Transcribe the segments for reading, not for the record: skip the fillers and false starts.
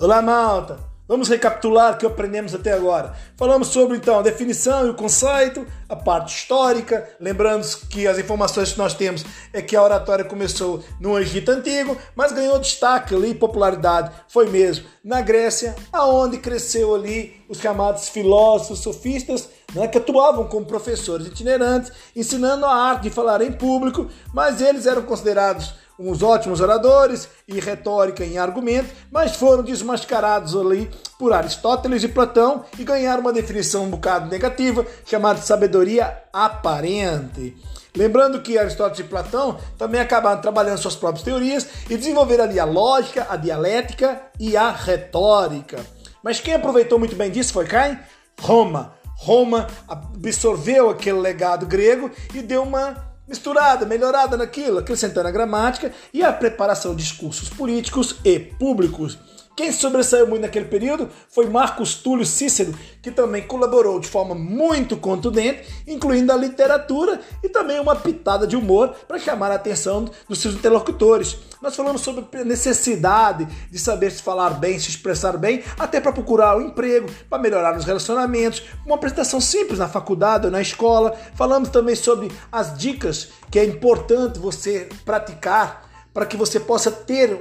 Olá, malta! Vamos recapitular o que aprendemos até agora. Falamos sobre, então, a definição e o conceito, a parte histórica, lembrando que as informações que nós temos é que a oratória começou no Egito Antigo, mas ganhou destaque ali, popularidade, foi mesmo na Grécia, aonde cresceu ali os chamados filósofos sofistas, né, que atuavam como professores itinerantes, ensinando a arte de falar em público, mas eles eram considerados uns ótimos oradores e retórica em argumento, mas foram desmascarados ali por Aristóteles e Platão e ganharam uma definição um bocado negativa, chamada de sabedoria aparente. Lembrando que Aristóteles e Platão também acabaram trabalhando suas próprias teorias e desenvolveram ali a lógica, a dialética e a retórica. Mas quem aproveitou muito bem disso foi quem? Roma. Roma absorveu aquele legado grego e deu uma misturada, melhorada naquilo, acrescentando a gramática e a preparação de discursos políticos e públicos. Quem sobressaiu muito naquele período foi Marcus Túlio Cícero, que também colaborou de forma muito contundente, incluindo a literatura e também uma pitada de humor para chamar a atenção dos seus interlocutores. Nós falamos sobre a necessidade de saber se falar bem, se expressar bem, até para procurar um emprego, para melhorar os relacionamentos, uma apresentação simples na faculdade ou na escola. Falamos também sobre as dicas que é importante você praticar para que você possa ter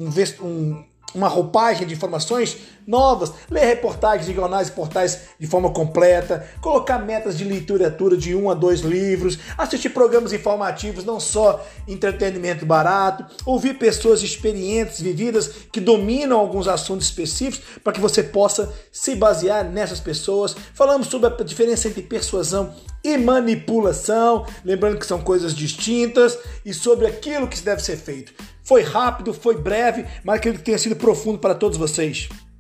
uma roupagem de informações novas, ler reportagens de jornais e portais de forma completa, colocar metas de literatura de 1 a 2 livros, assistir programas informativos, não só entretenimento barato, ouvir pessoas experientes, vividas, que dominam alguns assuntos específicos, para que você possa se basear nessas pessoas. Falamos sobre a diferença entre persuasão e manipulação, lembrando que são coisas distintas, e sobre aquilo que deve ser feito. Foi rápido, foi breve, mas acredito que tenha sido profundo para todos vocês.